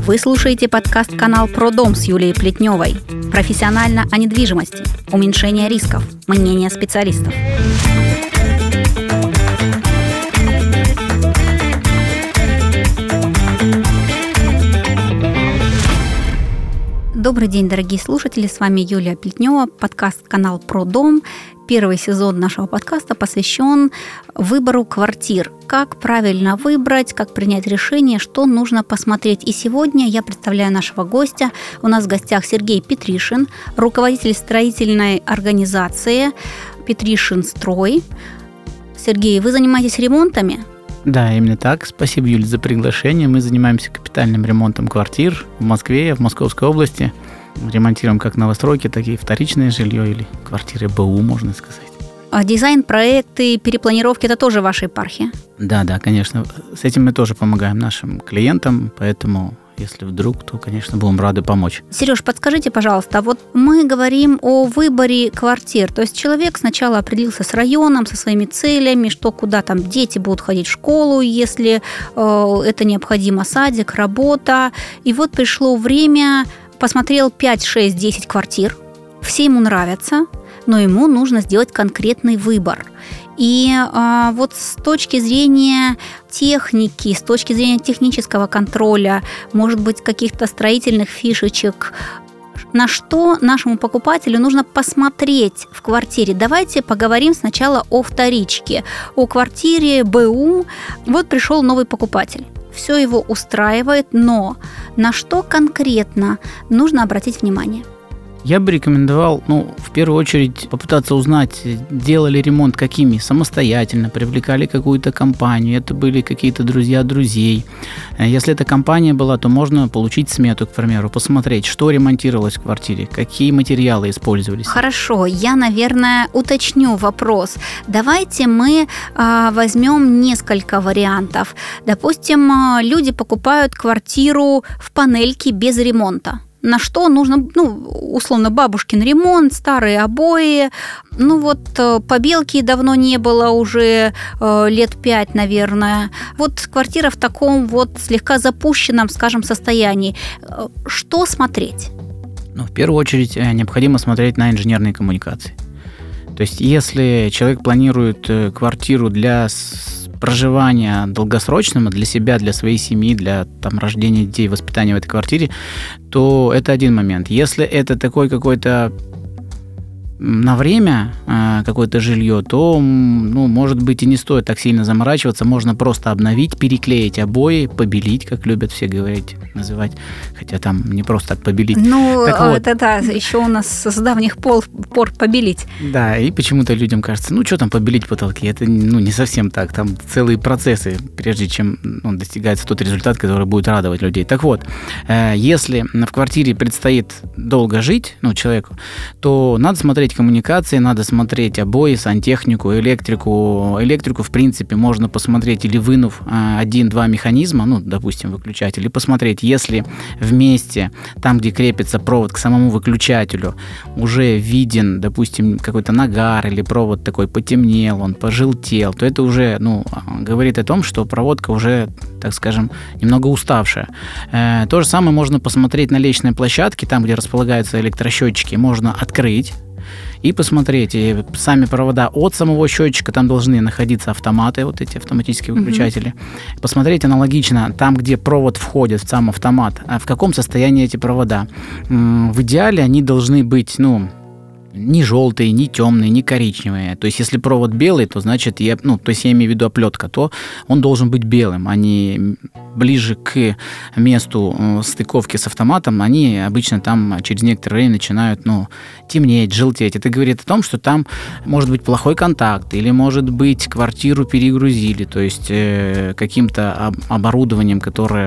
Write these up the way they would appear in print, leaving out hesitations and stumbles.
Вы слушаете подкаст-канал «Про дом» с Юлией Плетневой. Профессионально о недвижимости, уменьшение рисков, мнение специалистов. Добрый день, дорогие слушатели, с вами Юлия Плетнева, подкаст-канал «Про дом». Первый сезон нашего подкаста посвящен выбору квартир. Как правильно выбрать, как принять решение, что нужно посмотреть. И сегодня я представляю нашего гостя. У нас в гостях Сергей Петришин, руководитель строительной организации «Петришин Строй». Сергей, вы занимаетесь ремонтами? Да, именно так. Спасибо, Юль, за приглашение. Мы занимаемся капитальным ремонтом квартир в Москве, в Московской области. Ремонтируем как новостройки, так и вторичное жилье или квартиры БУ, можно сказать. А дизайн, проекты, перепланировки – это тоже ваша епархия? Да, конечно. С этим мы тоже помогаем нашим клиентам, поэтому если вдруг, то, конечно, будем рады помочь. Сереж, подскажите, пожалуйста, вот мы говорим о выборе квартир. То есть человек сначала определился с районом, со своими целями, что куда там дети будут ходить в школу, если это необходимо, садик, работа. И вот пришло время, посмотрел 5, 6, 10 квартир, все ему нравятся, но ему нужно сделать конкретный выбор. И вот с точки зрения техники, с точки зрения технического контроля, может быть, каких-то строительных фишечек, на что нашему покупателю нужно посмотреть в квартире. Давайте поговорим сначала о вторичке, о квартире БУ. Вот пришел новый покупатель. Все его устраивает, но на что конкретно нужно обратить внимание? Я бы рекомендовал, в первую очередь, попытаться узнать, делали ремонт какими, самостоятельно, привлекали какую-то компанию, это были какие-то друзья друзей. Если это компания была, то можно получить смету, к примеру, посмотреть, что ремонтировалось в квартире, какие материалы использовались. Хорошо, я, наверное, уточню вопрос. Давайте мы возьмем несколько вариантов. Допустим, люди покупают квартиру в панельке без ремонта. На что нужно, условно, бабушкин ремонт, старые обои. Побелки давно не было, уже лет 5, наверное. Вот квартира в таком слегка запущенном, скажем, состоянии. Что смотреть? В первую очередь необходимо смотреть на инженерные коммуникации. То есть, если человек планирует квартиру для проживания долгосрочного для себя, для своей семьи, для рождения детей, воспитания в этой квартире, то это один момент. Если это такой какой-то на время какое-то жилье, то, может быть, и не стоит так сильно заморачиваться. Можно просто обновить, переклеить обои, побелить, как любят все говорить, называть. Хотя там не просто так побелить. Это еще у нас с давних пор побелить. Да, и почему-то людям кажется, что там побелить потолки? Это, не совсем так. Там целые процессы, прежде чем достигается тот результат, который будет радовать людей. Так вот, если в квартире предстоит долго жить, человеку, то надо смотреть коммуникации, надо смотреть обои, сантехнику, электрику. Электрику, в принципе, можно посмотреть или вынув 1-2 механизма, допустим, выключатель, и посмотреть, если вместе, там, где крепится провод к самому выключателю, уже виден, допустим, какой-то нагар или провод такой потемнел, он пожелтел, то это уже, говорит о том, что проводка уже, так скажем, немного уставшая. То же самое можно посмотреть на лестничной площадке, там, где располагаются электросчетчики, можно открыть и посмотреть, и сами провода от самого счетчика, там должны находиться автоматы, эти автоматические выключатели. Посмотреть аналогично, там, где провод входит в сам автомат, в каком состоянии эти провода. В идеале они должны быть, не желтые, не темные, не коричневые. То есть, если провод белый, то значит, я имею в виду оплетка, то он должен быть белым, а не ближе к месту стыковки с автоматом, они обычно там через некоторое время начинают, темнеть, желтеть. Это говорит о том, что там может быть плохой контакт, или, может быть, квартиру перегрузили, то есть каким-то оборудованием, которое,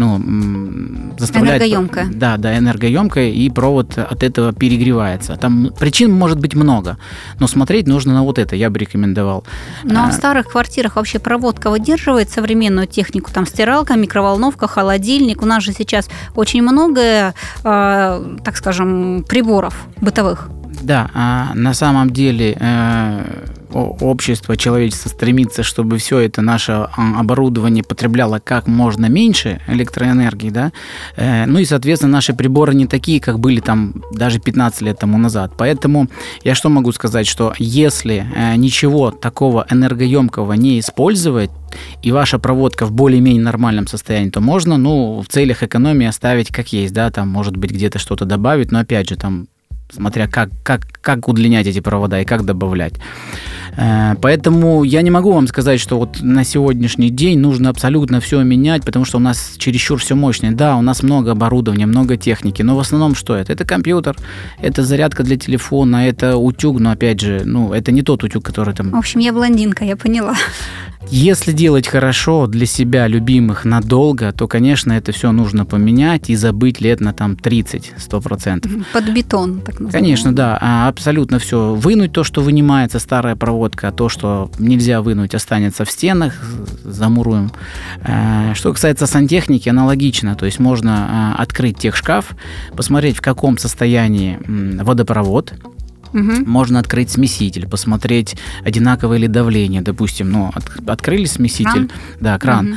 заставляет... Энергоемкое. Да, энергоемкое, и провод от этого перегревается. Там причин может быть много, но смотреть нужно на это, я бы рекомендовал. Но в старых квартирах вообще проводка выдерживает современную технику, там стиралка, микроволновка, холодильник. У нас же сейчас очень много, так скажем, приборов бытовых. Да, на самом деле общество, человечество стремится, чтобы все это наше оборудование потребляло как можно меньше электроэнергии, да, ну и, соответственно, наши приборы не такие, как были там даже 15 лет тому назад. Поэтому я что могу сказать, что если ничего такого энергоемкого не использовать, и ваша проводка в более-менее нормальном состоянии, то можно, в целях экономии оставить как есть, да, там, может быть, где-то что-то добавить, но, опять же, там, смотря как удлинять эти провода и как добавлять. Поэтому я не могу вам сказать, что вот на сегодняшний день нужно абсолютно все менять, потому что у нас чересчур все мощное. Да, у нас много оборудования, много техники, но в основном что это? Это компьютер, это зарядка для телефона, это утюг, но опять же, это не тот утюг, который там... В общем, я блондинка, я поняла. Если делать хорошо для себя, любимых, надолго, то, конечно, это все нужно поменять и забыть лет на там 30-100%. Под бетон, так называемый. Конечно, да, абсолютно все. Вынуть то, что вынимается, старая проводка, а то, что нельзя вынуть, останется в стенах, замуруем. Что касается сантехники, аналогично. То есть можно открыть техшкаф, посмотреть, в каком состоянии водопровод. Можно открыть смеситель, посмотреть, одинаковое ли давление. Допустим, открыли смеситель, кран.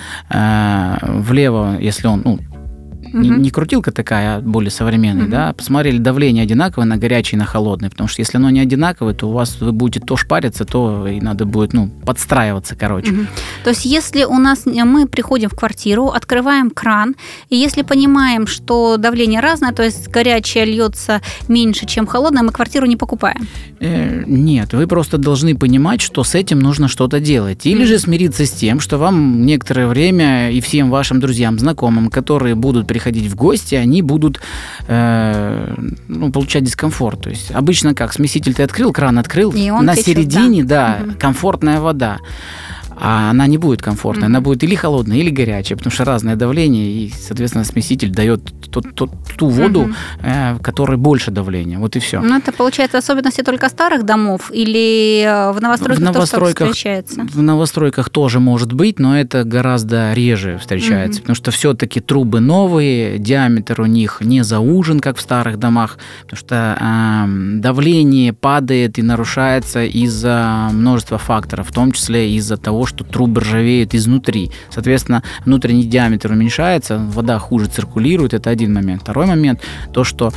Влево, если он, не крутилка такая, а более современная, да, посмотрели, давление одинаковое на горячий и на холодный, потому что если оно не одинаковое, то вы будете то шпариться, то и надо будет, подстраиваться, короче. То есть если мы приходим в квартиру, открываем кран, и если понимаем, что давление разное, то есть горячее льется меньше, чем холодное, мы квартиру не покупаем? Нет, вы просто должны понимать, что с этим нужно что-то делать. Или же смириться с тем, что вам некоторое время и всем вашим друзьям, знакомым, которые будут приходить в гости, они будут получать дискомфорт. То есть обычно как? Смеситель ты открыл, кран открыл, на течет, середине, комфортная вода. А она не будет комфортной, она будет или холодная, или горячая, потому что разное давление, и, соответственно, смеситель дает ту воду, которой больше давления. Вот и все. Это, получается, особенности только старых домов или в новостройках тоже встречается? В новостройках тоже может быть, но это гораздо реже встречается, потому что все-таки трубы новые, диаметр у них не заужен, как в старых домах, потому что давление падает и нарушается из-за множества факторов, в том числе из-за того, что трубы ржавеют изнутри. Соответственно, внутренний диаметр уменьшается, вода хуже циркулирует, это один момент. Второй момент, то, что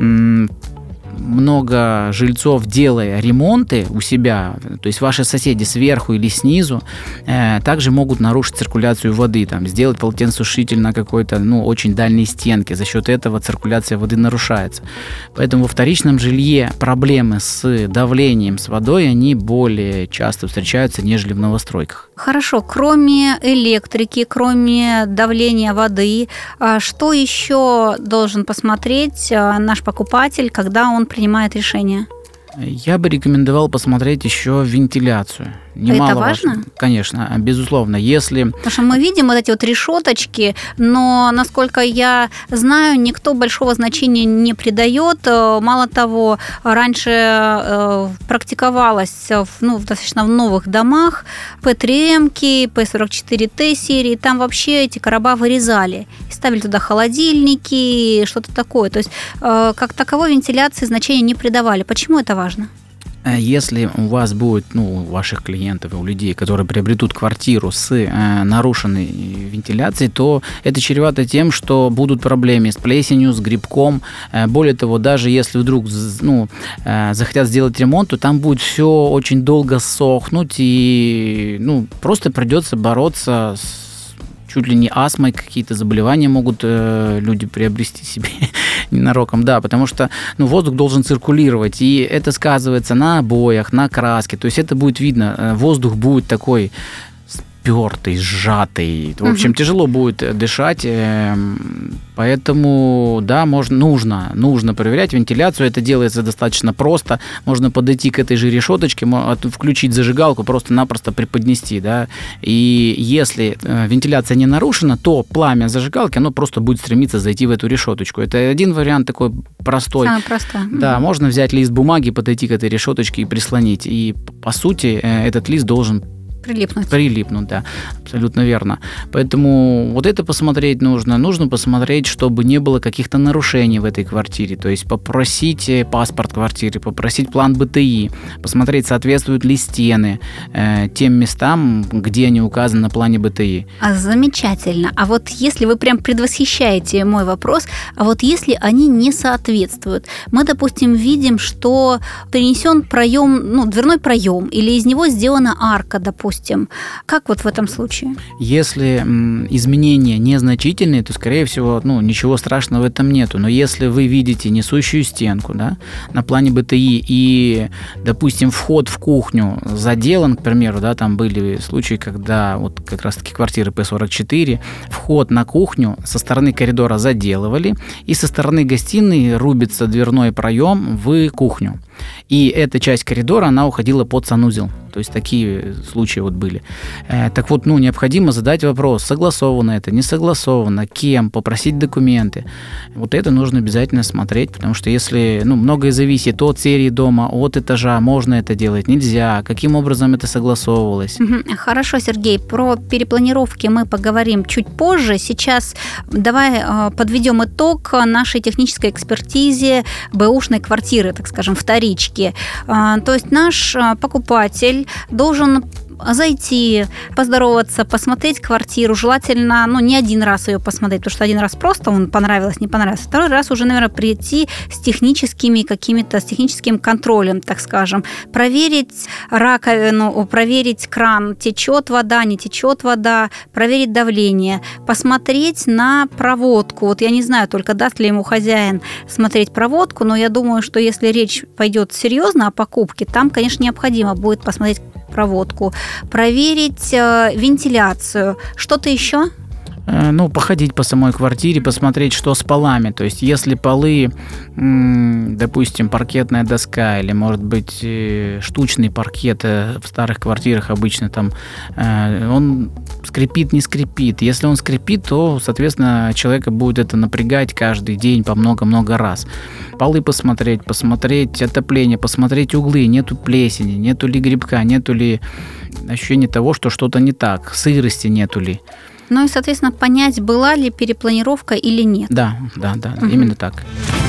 много жильцов, делая ремонты у себя, то есть ваши соседи сверху или снизу, также могут нарушить циркуляцию воды, сделать полотенцесушитель на какой-то очень дальней стенке. За счет этого циркуляция воды нарушается. Поэтому во вторичном жилье проблемы с давлением, с водой, они более часто встречаются, нежели в новостройках. Хорошо, кроме электрики, кроме давления воды, что еще должен посмотреть наш покупатель, когда он принимает решение? Я бы рекомендовал посмотреть еще вентиляцию. Это важно? Конечно, безусловно. Потому что мы видим вот эти вот решеточки, но, насколько я знаю, никто большого значения не придает. Мало того, раньше практиковалось достаточно в новых домах P3M-ки, P44T серии, там вообще эти короба вырезали и ставили туда холодильники, что-то такое. То есть как таковой вентиляции значения не придавали. Почему это важно? Если у вас будет, у ваших клиентов, у людей, которые приобретут квартиру с нарушенной вентиляцией, то это чревато тем, что будут проблемы с плесенью, с грибком. Более того, даже если вдруг захотят сделать ремонт, то там будет все очень долго сохнуть, и просто придется бороться с чуть ли не астмой, какие-то заболевания могут люди приобрести себе ненароком, да, потому что воздух должен циркулировать, и это сказывается на обоях, на краске, то есть это будет видно, воздух будет такой спёртый, сжатый, в общем, тяжело будет дышать, поэтому, да, нужно проверять вентиляцию, это делается достаточно просто, можно подойти к этой же решеточке, включить зажигалку, просто-напросто приподнести, да, и если вентиляция не нарушена, то пламя зажигалки, оно просто будет стремиться зайти в эту решеточку. Это один вариант такой простой. Самый простой. Да, можно взять лист бумаги, подойти к этой решеточке и прислонить, и, по сути, этот лист должен Прилипнуть, да, абсолютно верно. Поэтому вот это посмотреть нужно. Нужно посмотреть, чтобы не было каких-то нарушений в этой квартире. То есть попросить паспорт квартиры, попросить план БТИ, посмотреть, соответствуют ли стены тем местам, где они указаны на плане БТИ. Замечательно. А вот если вы прям предвосхищаете мой вопрос, а вот если они не соответствуют, мы, допустим, видим, что перенесен проем, дверной проем, или из него сделана арка, допустим. Как вот в этом случае? Если изменения незначительные, то, скорее всего, ничего страшного в этом нету. Но если вы видите несущую стенку, да, на плане БТИ и, допустим, вход в кухню заделан, к примеру, да, там были случаи, когда вот как раз-таки квартиры П-44, вход на кухню со стороны коридора заделывали, и со стороны гостиной рубится дверной проем в кухню. И эта часть коридора, она уходила под санузел. То есть такие случаи вот были. Так вот, необходимо задать вопрос, согласовано это, не согласовано, кем, попросить документы. Вот это нужно обязательно смотреть, потому что если, многое зависит от серии дома, от этажа, можно это делать, нельзя, каким образом это согласовывалось. Хорошо, Сергей, про перепланировки мы поговорим чуть позже. Сейчас давай подведем итог нашей технической экспертизе бэушной квартиры, так скажем, вторички. То есть наш покупатель должен зайти, поздороваться, посмотреть квартиру, желательно, не один раз ее посмотреть, потому что один раз просто он понравилось, не понравилось, второй раз уже, наверное, прийти с техническим контролем, так скажем, проверить раковину, проверить кран, течет вода, не течет вода, проверить давление, посмотреть на проводку. Вот я не знаю, только даст ли ему хозяин смотреть проводку, но я думаю, что если речь пойдет серьезно о покупке, там, конечно, необходимо будет посмотреть проводку, проверить вентиляцию. Что-то еще? Походить по самой квартире, посмотреть, что с полами. То есть, если полы, допустим, паркетная доска или, может быть, штучный паркет в старых квартирах обычно там, он скрипит, не скрипит. Если он скрипит, то, соответственно, человека будет это напрягать каждый день по много-много раз. Полы посмотреть отопление, посмотреть углы, нету плесени, нету ли грибка, нету ли ощущения того, что что-то не так, сырости нету ли. И, соответственно, понять, была ли перепланировка или нет. Да, именно так.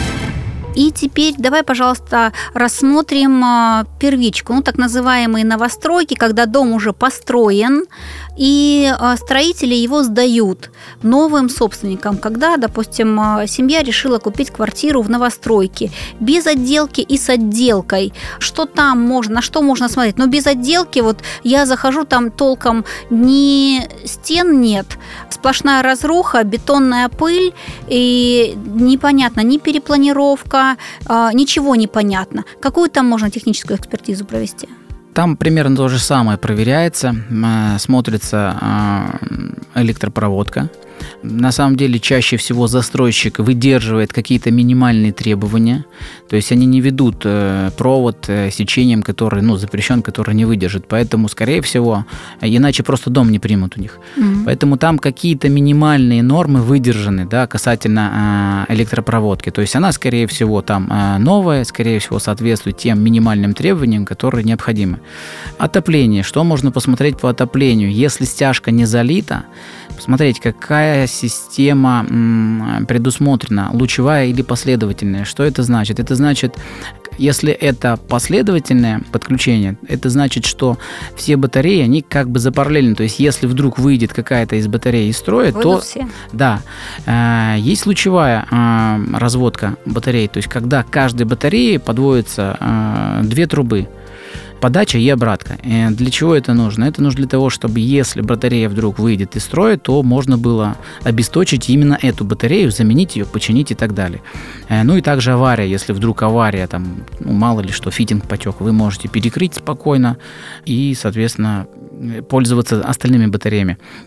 И теперь давай, пожалуйста, рассмотрим первичку, так называемые новостройки, когда дом уже построен, и строители его сдают новым собственникам. Когда, допустим, семья решила купить квартиру в новостройке, без отделки и с отделкой. Что там можно, на что можно смотреть? Без отделки, вот я захожу, там толком ни стен нет, сплошная разруха, бетонная пыль, и непонятно ни перепланировка, ничего не понятно. Какую там можно техническую экспертизу провести? Там примерно то же самое проверяется, смотрится электропроводка. На самом деле чаще всего застройщик выдерживает какие-то минимальные требования, то есть они не ведут провод сечением, который запрещен, который не выдержит, поэтому, скорее всего, иначе просто дом не примут у них. Поэтому там какие-то минимальные нормы выдержаны, касательно электропроводки, то есть она, скорее всего, там новая, скорее всего, соответствует тем минимальным требованиям, которые необходимы. Отопление. Что можно посмотреть по отоплению? Если стяжка не залита, посмотреть, какая система предусмотрена, лучевая или последовательная. Что это значит? Это значит, если это последовательное подключение, это значит, что все батареи, они как бы запараллельны. То есть, если вдруг выйдет какая-то из батарей из строя, то все. Да, есть лучевая разводка батарей. То есть, когда к каждой батарее подводятся две трубы. Подача и обратка. И для чего это нужно? Это нужно для того, чтобы если батарея вдруг выйдет из строя, то можно было обесточить именно эту батарею, заменить ее, починить и так далее. И также авария. Если вдруг авария, мало ли что, фитинг потек, вы можете перекрыть спокойно и, соответственно, пользоваться остальными батареями.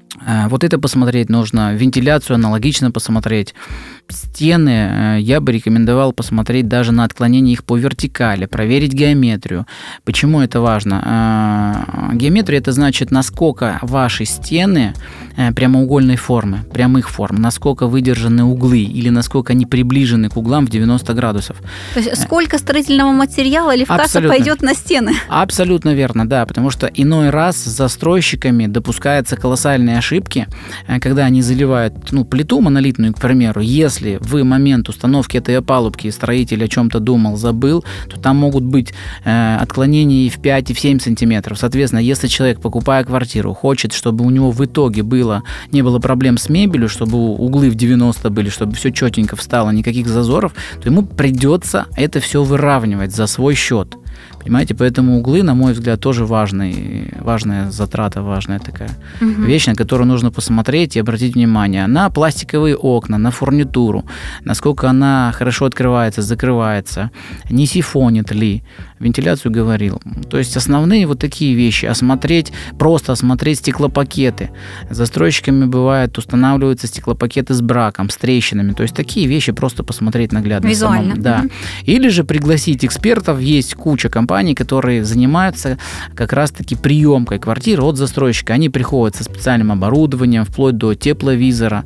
Вот это посмотреть нужно, вентиляцию аналогично посмотреть. Стены я бы рекомендовал посмотреть даже на отклонение их по вертикали, проверить геометрию. Почему это важно? Геометрия – это значит, насколько ваши стены прямоугольной формы, прямых форм, насколько выдержаны углы или насколько они приближены к углам в 90 градусов. То есть сколько строительного материала или вкаса пойдет на стены? Абсолютно верно, да, потому что иной раз с застройщиками допускаются колоссальные ошибки, когда они заливают плиту монолитную, к примеру. Если в момент установки этой опалубки строитель о чем-то думал, забыл, то там могут быть отклонения и в 5, и в 7 сантиметров. Соответственно, если человек, покупая квартиру, хочет, чтобы у него в итоге не было проблем с мебелью, чтобы углы в 90 были, чтобы все четенько встало, никаких зазоров, то ему придется это все выравнивать за свой счет. Понимаете, поэтому углы, на мой взгляд, тоже важная затрата, важная такая вещь, на которую нужно посмотреть и обратить внимание. На пластиковые окна, на фурнитуру, насколько она хорошо открывается, закрывается, не сифонит ли, вентиляцию говорил. То есть основные вот такие вещи. Просто осмотреть стеклопакеты. Застройщиками бывает устанавливаются стеклопакеты с браком, с трещинами. То есть такие вещи просто посмотреть наглядно. Визуально. Да. Или же пригласить экспертов. Есть куча компаний, которые занимаются как раз-таки приемкой квартир от застройщика. Они приходят со специальным оборудованием, вплоть до тепловизора,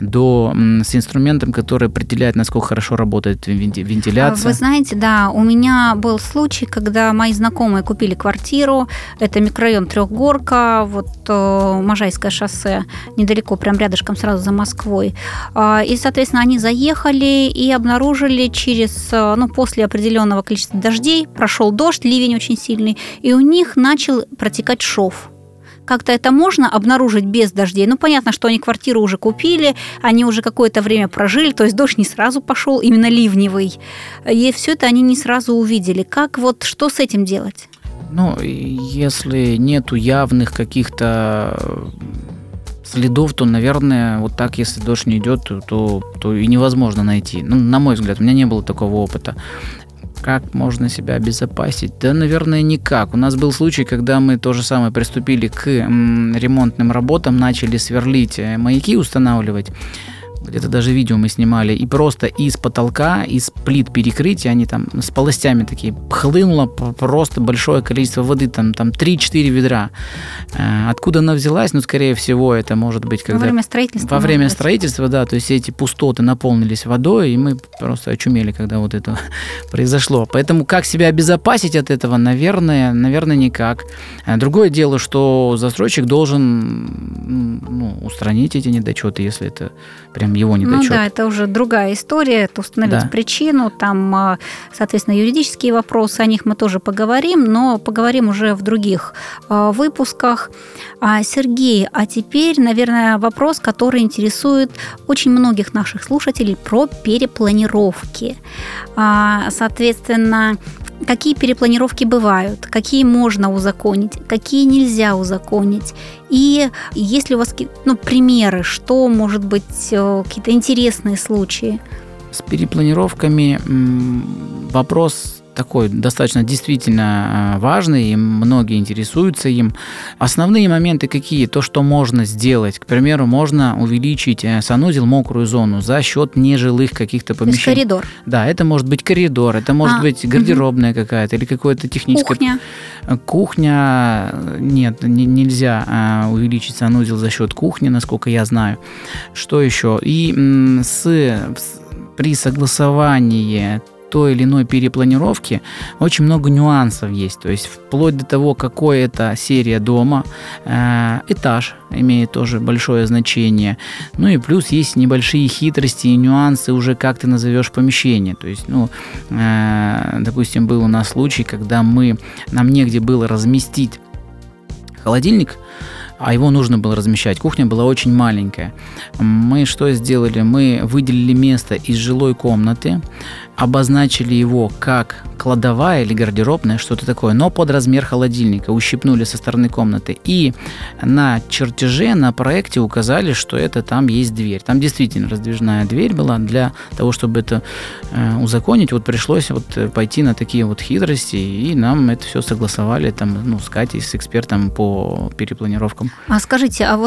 с инструментом, который определяет, насколько хорошо работает вентиляция. Вы знаете, да, у меня был случай, когда мои знакомые купили квартиру. Это микрорайон Трехгорка, Можайское шоссе, недалеко, прям рядышком сразу за Москвой. И, соответственно, они заехали и обнаружили после определенного количества дождей, прошел дождь, ливень очень сильный, и у них начал протекать шов. Как-то это можно обнаружить без дождей? Понятно, что они квартиру уже купили, они уже какое-то время прожили, то есть дождь не сразу пошел, именно ливневый. И все это они не сразу увидели. Что с этим делать? Если нету явных каких-то следов, то, наверное, вот так, если дождь не идет, то и невозможно найти. На мой взгляд, у меня не было такого опыта. Как можно себя обезопасить? Да, наверное, никак. У нас был случай, когда мы то же самое приступили к ремонтным работам, начали сверлить, маяки устанавливать. Где-то даже видео мы снимали, и просто из потолка, из плит перекрытия, они там с полостями такие, хлынуло просто большое количество воды, там 3-4 ведра. Откуда она взялась? Скорее всего, это может быть когда... Во время строительства, да, то есть эти пустоты наполнились водой, и мы просто очумели, когда вот это произошло. Поэтому как себя обезопасить от этого? Наверное, никак. Другое дело, что застройщик должен устранить эти недочеты, если это прям его недочет. Да, это уже другая история, это установить причину, там, соответственно, юридические вопросы, о них мы тоже поговорим, но поговорим уже в других выпусках. Сергей, а теперь, наверное, вопрос, который интересует очень многих наших слушателей про перепланировки. Соответственно, какие перепланировки бывают, какие можно узаконить, какие нельзя узаконить. И есть ли у вас примеры, что, может быть, какие-то интересные случаи? С перепланировками вопрос такой достаточно действительно важный, и многие интересуются им. Основные моменты какие? То, что можно сделать. К примеру, можно увеличить санузел, мокрую зону за счет нежилых каких-то помещений. То есть коридор. Да, это может быть коридор, это может быть гардеробная какая-то или какое-то техническое... Кухня. Нет, нельзя увеличить санузел за счет кухни, насколько я знаю. Что еще? И при согласовании той или иной перепланировки очень много нюансов есть. То есть вплоть до того, какой это серия дома, этаж имеет тоже большое значение. И плюс есть небольшие хитрости и нюансы уже, как ты назовешь помещение. То есть, допустим, был у нас случай, когда нам негде было разместить холодильник, а его нужно было размещать. Кухня была очень маленькая. Мы что сделали? Мы выделили место из жилой комнаты, обозначили его как кладовая или гардеробная, что-то такое, но под размер холодильника, ущипнули со стороны комнаты. И на чертеже, на проекте указали, что это там есть дверь. Там действительно раздвижная дверь была. Для того, чтобы это узаконить, пришлось пойти на такие хитрости, и нам это все согласовали с Катей, с экспертом по перепланировкам. А скажите,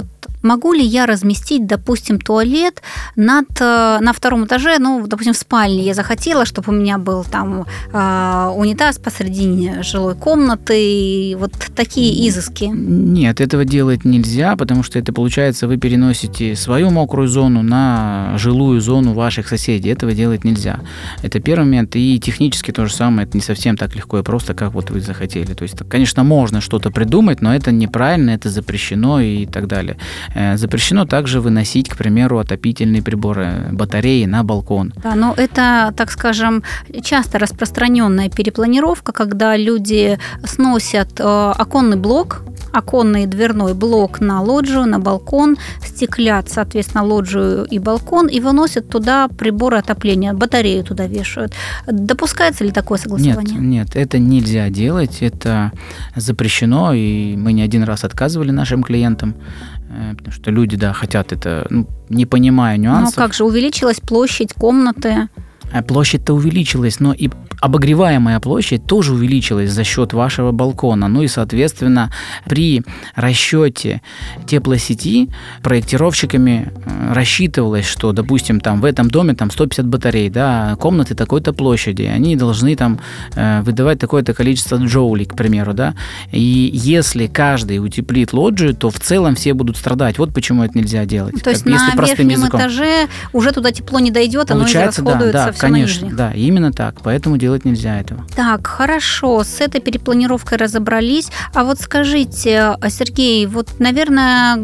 Могу ли я разместить, допустим, туалет на втором этаже, допустим, в спальне? Я захотела, чтобы у меня был там унитаз посредине жилой комнаты, и вот такие изыски. Нет, этого делать нельзя, потому что это, получается, вы переносите свою мокрую зону на жилую зону ваших соседей. Этого делать нельзя. Это первый момент. И технически то же самое. Это не совсем так легко и просто, как вот вы захотели. То есть, конечно, можно что-то придумать, но это неправильно, это запрещено и так далее. Запрещено также выносить, к примеру, отопительные приборы, батареи на балкон. Да, но это, так скажем, часто распространенная перепланировка, когда люди сносят оконный блок, оконный и дверной блок на лоджию, на балкон, стеклят, соответственно, лоджию и балкон и выносят туда приборы отопления, батарею туда вешают. Допускается ли такое согласование? Нет, это нельзя делать, это запрещено, и мы не один раз отказывали нашим клиентам, потому что люди, хотят это, не понимая нюансов. Но как же, увеличилась площадь комнаты? Площадь-то увеличилась, но и обогреваемая площадь тоже увеличилась за счет вашего балкона. И, соответственно, при расчете теплосети проектировщиками рассчитывалось, что, допустим, там в этом доме 150 батарей, комнаты такой-то площади, они должны выдавать такое-то количество джоулей, к примеру, И если каждый утеплит лоджию, то в целом все будут страдать. Вот почему это нельзя делать. То есть на верхнем этаже уже туда тепло не дойдет, оно израсходуется все конечно, на нижних. Да, именно так. Поэтому делать нельзя этого. Так, хорошо, с этой перепланировкой разобрались. А вот скажите, Сергей, наверное,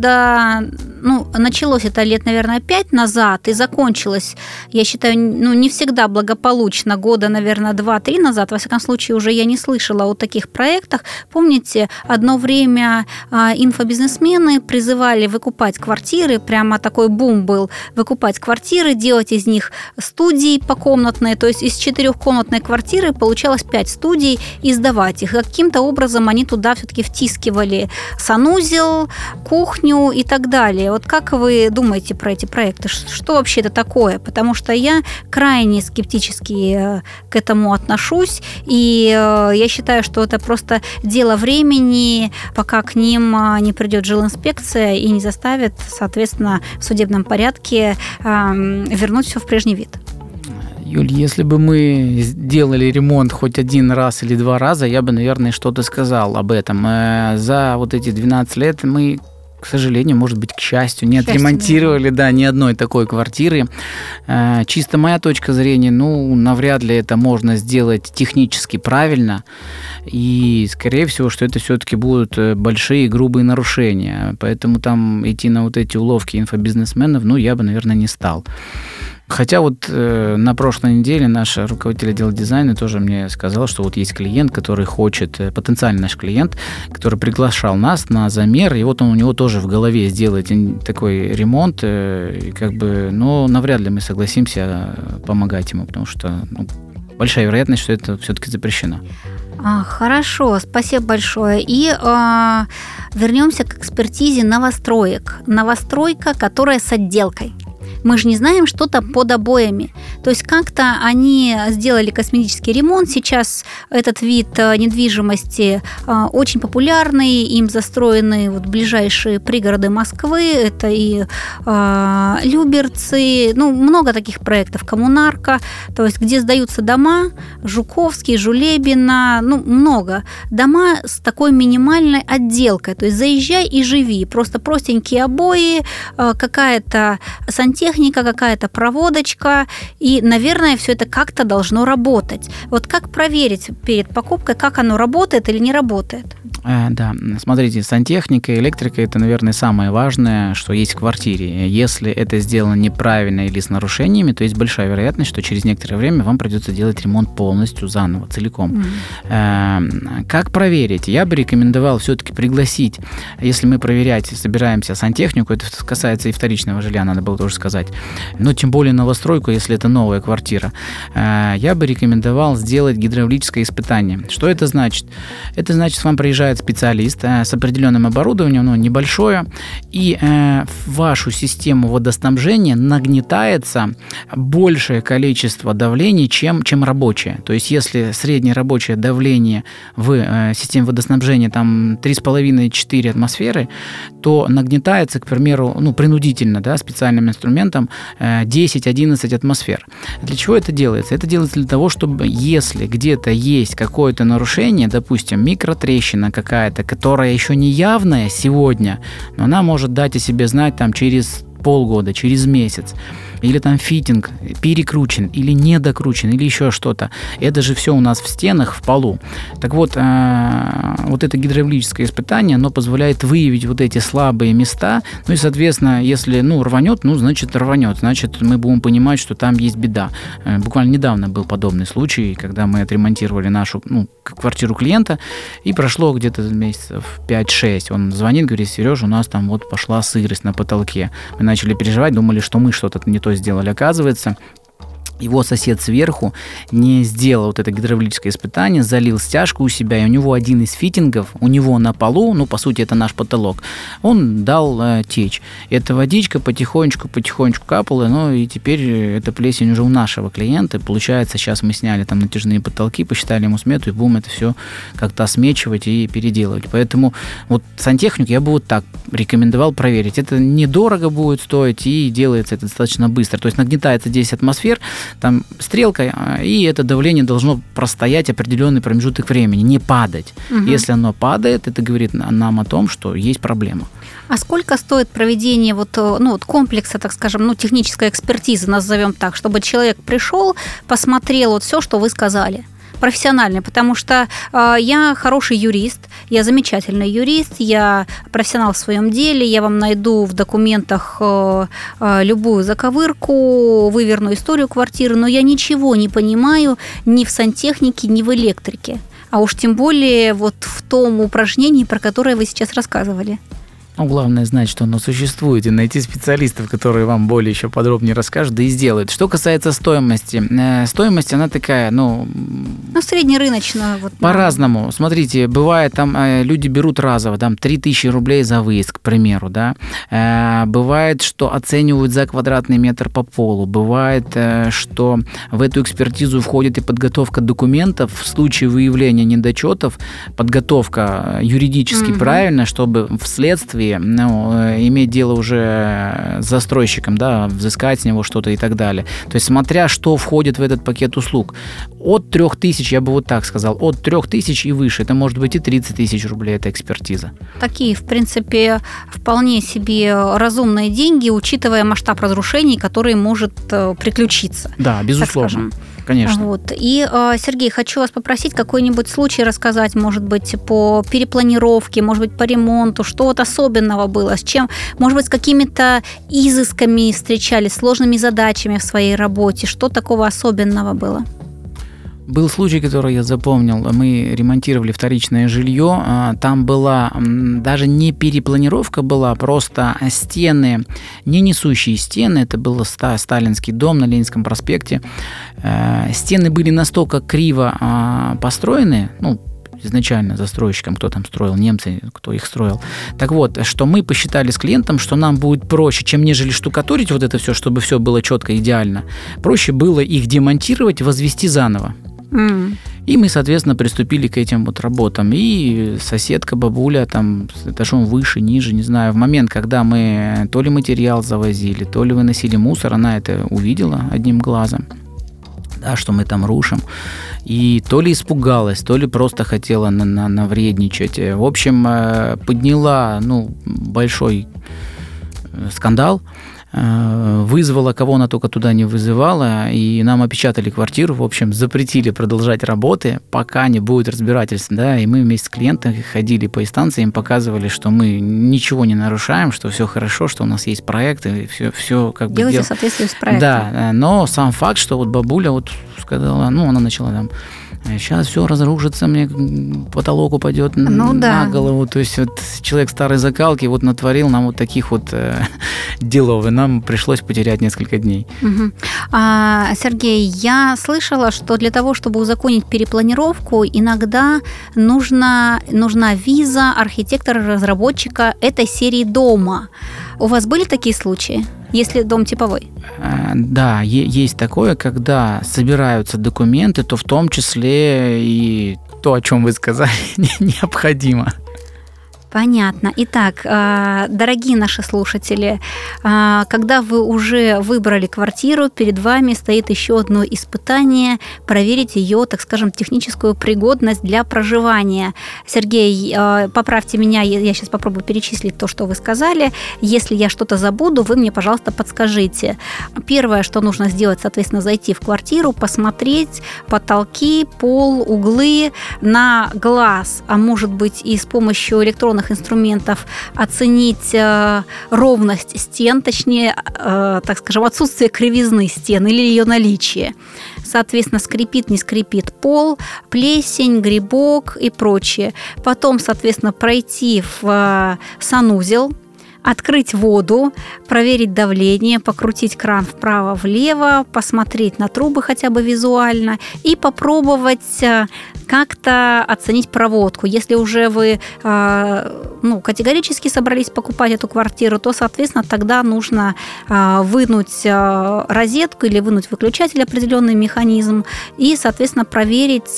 началось это лет, наверное, 5 назад и закончилось, я считаю, не всегда благополучно, года, наверное, 2-3 назад. Во всяком случае, уже я не слышала о таких проектах. Помните, одно время инфобизнесмены призывали выкупать квартиры, прямо такой бум был, выкупать квартиры, делать из них студии покомнатные, то есть из 4-комнатной квартиры получалось 5 студий и сдавать их. Каким-то образом они туда все-таки втискивали санузел, кухню и так далее. Вот как вы думаете про эти проекты? Что вообще это такое? Потому что я крайне скептически к этому отношусь, и я считаю, что это просто дело времени, пока к ним не придет жилинспекция и не заставит, соответственно, в судебном порядке вернуть все в прежний вид. Юль, если бы мы сделали ремонт хоть один раз или 2 раза, я бы, наверное, что-то сказал об этом. За эти 12 лет мы, к сожалению, может быть, к счастью, не отремонтировали ни одной такой квартиры. Чисто моя точка зрения, навряд ли это можно сделать технически правильно. И, скорее всего, что это все-таки будут большие грубые нарушения. Поэтому там идти на эти уловки инфобизнесменов, я бы, наверное, не стал. Хотя на прошлой неделе наш руководитель отдела дизайна тоже мне сказал, что есть клиент, который хочет, потенциальный наш клиент, который приглашал нас на замер, и у него тоже в голове сделать такой ремонт, но навряд ли мы согласимся помогать ему, потому что большая вероятность, что это все-таки запрещено. Хорошо, спасибо большое. И вернемся к экспертизе новостроек. Новостройка, которая с отделкой. Мы же не знаем что-то под обоями. То есть как-то они сделали косметический ремонт. Сейчас этот вид недвижимости очень популярный. Им застроены ближайшие пригороды Москвы. Это и Люберцы. Много таких проектов. Коммунарка. То есть где сдаются дома. Жуковский, Жулебино. Много. Дома с такой минимальной отделкой. То есть заезжай и живи. Просто простенькие обои, какая-то сантехника, какая-то проводочка, и, наверное, все это как-то должно работать. Как проверить перед покупкой, как оно работает или не работает? Да, смотрите, сантехника, электрика – это, наверное, самое важное, что есть в квартире. Если это сделано неправильно или с нарушениями, то есть большая вероятность, что через некоторое время вам придется делать ремонт полностью заново, целиком. Как проверить? Я бы рекомендовал все-таки пригласить, если мы собираемся сантехнику, это касается и вторичного жилья, надо было тоже сказать, но тем более новостройку, если это новая квартира, я бы рекомендовал сделать гидравлическое испытание. Что это значит? Это значит, к вам приезжает специалист с определенным оборудованием, оно небольшое, и в вашу систему водоснабжения нагнетается большее количество давлений, чем рабочее. То есть, если среднее рабочее давление в системе водоснабжения там 3,5-4 атмосферы, то нагнетается, к примеру, принудительно, да, специальным инструментом 10-11 атмосфер. Для чего это делается? Это делается для того, чтобы если где-то есть какое-то нарушение, допустим, микротрещина какая-то, которая еще не явная сегодня, но она может дать о себе знать там через полгода, через месяц, или там фитинг перекручен, или недокручен, или еще что-то. Это же все у нас в стенах, в полу. Так вот, вот это гидравлическое испытание, оно позволяет выявить вот эти слабые места, и, соответственно, если, рванет, значит рванет, значит мы будем понимать, что там есть беда. Буквально недавно был подобный случай, когда мы отремонтировали нашу, квартиру клиента, и прошло где-то месяцев 5-6. Он звонит, говорит: Сережа, у нас там вот пошла сырость на потолке. Мы начали переживать, думали, что мы что-то не то сделали. Оказывается, его сосед сверху не сделал вот это гидравлическое испытание, залил стяжку у себя, и у него один из фитингов, у него на полу, по сути, это наш потолок, он дал течь. Эта водичка потихонечку капала, и теперь эта плесень уже у нашего клиента. Получается, сейчас мы сняли там натяжные потолки, посчитали ему смету, и будем это все как-то осмечивать и переделывать. Поэтому вот сантехнику я бы вот так рекомендовал проверить. Это недорого будет стоить, и делается это достаточно быстро. То есть нагнетается 10 атмосфер, там стрелка, и это давление должно простоять определенный промежуток времени, не падать. Угу. Если оно падает, это говорит нам о том, что есть проблема. А сколько стоит проведение комплекса, так скажем, технической экспертизы, назовем так, чтобы человек пришел, посмотрел все, что вы сказали? Профессиональный, потому что я хороший юрист, я замечательный юрист, я профессионал в своем деле, я вам найду в документах любую заковырку, выверну историю квартиры, но я ничего не понимаю ни в сантехнике, ни в электрике, а уж тем более вот в том упражнении, про которое вы сейчас рассказывали. Главное знать, что оно существует, и найти специалистов, которые вам более еще подробнее расскажут, да и сделают. Что касается стоимости. Стоимость, она такая, среднерыночная. По-разному. Смотрите, бывает, там люди берут разово, там 3000 рублей за выезд, к примеру, да. Бывает, что оценивают за квадратный метр по полу. Бывает, что в эту экспертизу входит и подготовка документов в случае выявления недочетов, подготовка юридически правильно, чтобы вследствие иметь дело уже с застройщиком, да, взыскать с него что-то и так далее. То есть, смотря что входит в этот пакет услуг. От 3000, я бы вот так сказал, от 3000 и выше. Это может быть и 30 тысяч рублей, это экспертиза. Такие, в принципе, вполне себе разумные деньги, учитывая масштаб разрушений, который может приключиться. Да, безусловно. Конечно. И, Сергей, хочу вас попросить какой-нибудь случай рассказать, может быть, по перепланировке, может быть, по ремонту, что вот особенного было, с чем, может быть, с какими-то изысками встречались, сложными задачами в своей работе, что такого особенного было? Был случай, который я запомнил. Мы ремонтировали вторичное жилье. Там была даже не перепланировка была, просто стены, не несущие стены. Это был сталинский дом на Ленинском проспекте. Стены были настолько криво построены, изначально застройщиком, кто там строил, немцы, кто их строил. Так вот, что мы посчитали с клиентом, что нам будет проще, чем нежели штукатурить вот это все, чтобы все было четко, идеально. Проще было их демонтировать, возвести заново. И мы, соответственно, приступили к этим вот работам. И соседка, бабуля, там, этажом выше, ниже, не знаю, в момент, когда мы то ли материал завозили, то ли выносили мусор, она это увидела одним глазом, да, что мы там рушим. И то ли испугалась, то ли просто хотела навредничать. В общем, подняла, большой скандал, вызвала, кого она только туда не вызывала, и нам опечатали квартиру, в общем, запретили продолжать работы, пока не будет разбирательства, да, и мы вместе с клиентами ходили по инстанции, им показывали, что мы ничего не нарушаем, что все хорошо, что у нас есть проект, и все как бы... Делайте в соответствии с проектом. Да, но сам факт, что вот бабуля вот сказала, она начала там сейчас все разрушится, мне потолок упадет на голову. То есть вот человек старой закалки вот натворил нам вот таких вот делов, и нам пришлось потерять несколько дней. Угу. Сергей, я слышала, что для того, чтобы узаконить перепланировку, иногда нужна виза архитектора-разработчика этой серии дома. У вас были такие случаи, если дом типовой? Да, есть такое, когда собираются документы, то в том числе и то, о чем вы сказали, необходимо. Понятно. Итак, дорогие наши слушатели, когда вы уже выбрали квартиру, перед вами стоит еще одно испытание – проверить ее, так скажем, техническую пригодность для проживания. Сергей, поправьте меня, я сейчас попробую перечислить то, что вы сказали. Если я что-то забуду, вы мне, пожалуйста, подскажите. Первое, что нужно сделать, соответственно, зайти в квартиру, посмотреть потолки, пол, углы на глаз, а может быть и с помощью электронных инструментов оценить ровность стен, точнее, так скажем, отсутствие кривизны стен или ее наличие. Соответственно, скрипит, не скрипит пол, плесень, грибок и прочее. Потом, соответственно, пройти в санузел, открыть воду, проверить давление, покрутить кран вправо-влево, посмотреть на трубы хотя бы визуально и попробовать как-то оценить проводку. Если уже вы категорически собрались покупать эту квартиру, то, соответственно, тогда нужно вынуть розетку или вынуть выключатель, определенный механизм, и, соответственно, проверить,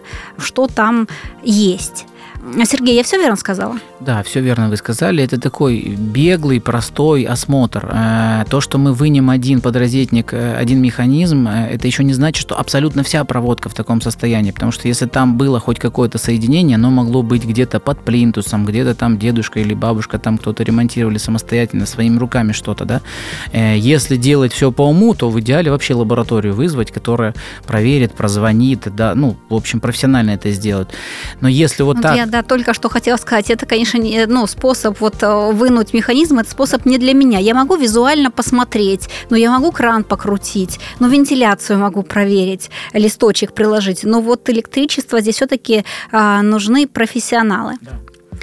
что там есть. Сергей, я все верно сказала? Да, все верно вы сказали. Это такой беглый, простой осмотр. То, что мы вынем один подрозетник, один механизм, это еще не значит, что абсолютно вся проводка в таком состоянии. Потому что если там было хоть какое-то соединение, оно могло быть где-то под плинтусом, где-то там дедушка или бабушка, там кто-то ремонтировали самостоятельно, своими руками что-то, да. Если делать все по уму, то в идеале вообще лабораторию вызвать, которая проверит, прозвонит, да, в общем, профессионально это сделает. Но если вот так... Я только что хотела сказать, это, конечно, способ вынуть механизм, это способ не для меня. Я могу визуально посмотреть, но я могу кран покрутить, вентиляцию могу проверить, листочек приложить. Но вот электричество здесь все-таки нужны профессионалы. Да.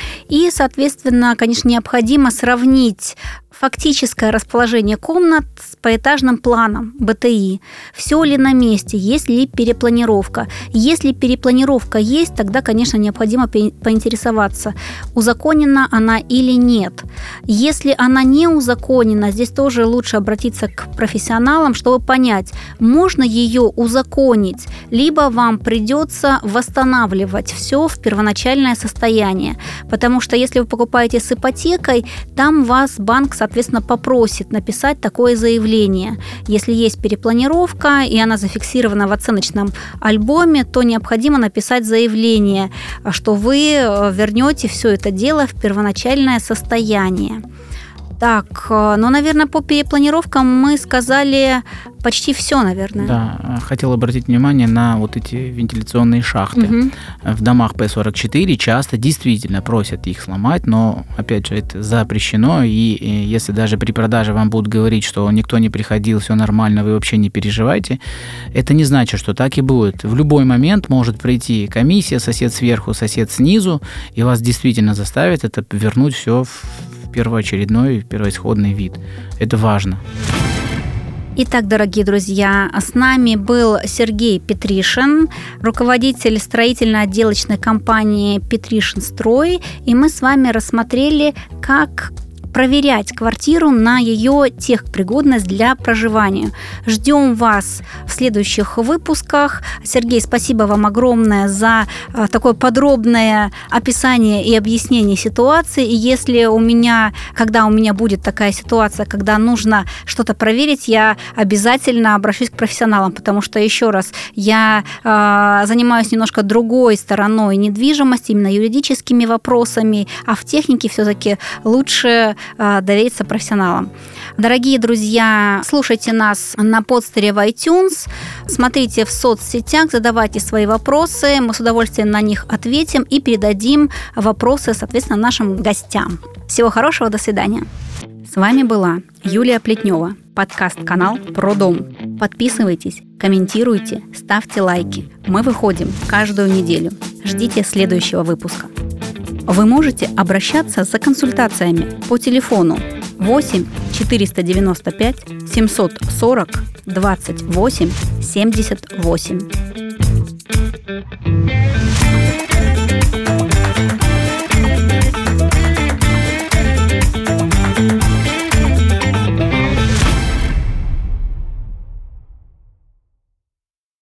И, соответственно, конечно, необходимо сравнить фактическое расположение комнат с поэтажным планом БТИ. Все ли на месте, есть ли перепланировка. Если перепланировка есть, тогда, конечно, необходимо поинтересоваться, узаконена она или нет. Если она не узаконена, здесь тоже лучше обратиться к профессионалам, чтобы понять, можно ее узаконить, либо вам придется восстанавливать все в первоначальное состояние. Потому что если вы покупаете с ипотекой, там вас банк, соответственно, попросит написать такое заявление. Если есть перепланировка, и она зафиксирована в оценочном альбоме, то необходимо написать заявление, что вы вернете все это дело в первоначальное состояние. Так, наверное, по перепланировкам мы сказали почти все, наверное. Да, хотел обратить внимание на вот эти вентиляционные шахты. Угу. В домах П-44 часто действительно просят их сломать, но, опять же, это запрещено, и если даже при продаже вам будут говорить, что никто не приходил, все нормально, вы вообще не переживайте, это не значит, что так и будет. В любой момент может прийти комиссия, сосед сверху, сосед снизу, и вас действительно заставит это вернуть все в первоочередной, первоисходный вид. Это важно. Итак, дорогие друзья, с нами был Сергей Петришин, руководитель строительно-отделочной компании «Петришин Строй», и мы с вами рассмотрели, как проверять квартиру на ее техпригодность для проживания. Ждем вас в следующих выпусках. Сергей, спасибо вам огромное за такое подробное описание и объяснение ситуации. И если когда у меня будет такая ситуация, когда нужно что-то проверить, я обязательно обращусь к профессионалам, потому что, еще раз, я занимаюсь немножко другой стороной недвижимости, именно юридическими вопросами, а в технике все-таки лучше довериться профессионалам. Дорогие друзья, слушайте нас на подстере в iTunes, смотрите в соцсетях, задавайте свои вопросы, мы с удовольствием на них ответим и передадим вопросы, соответственно, нашим гостям. Всего хорошего, до свидания. С вами была Юлия Плетнева, подкаст-канал «Про дом». Подписывайтесь, комментируйте, ставьте лайки. Мы выходим каждую неделю. Ждите следующего выпуска. Вы можете обращаться за консультациями по телефону 8 495 740 28 78.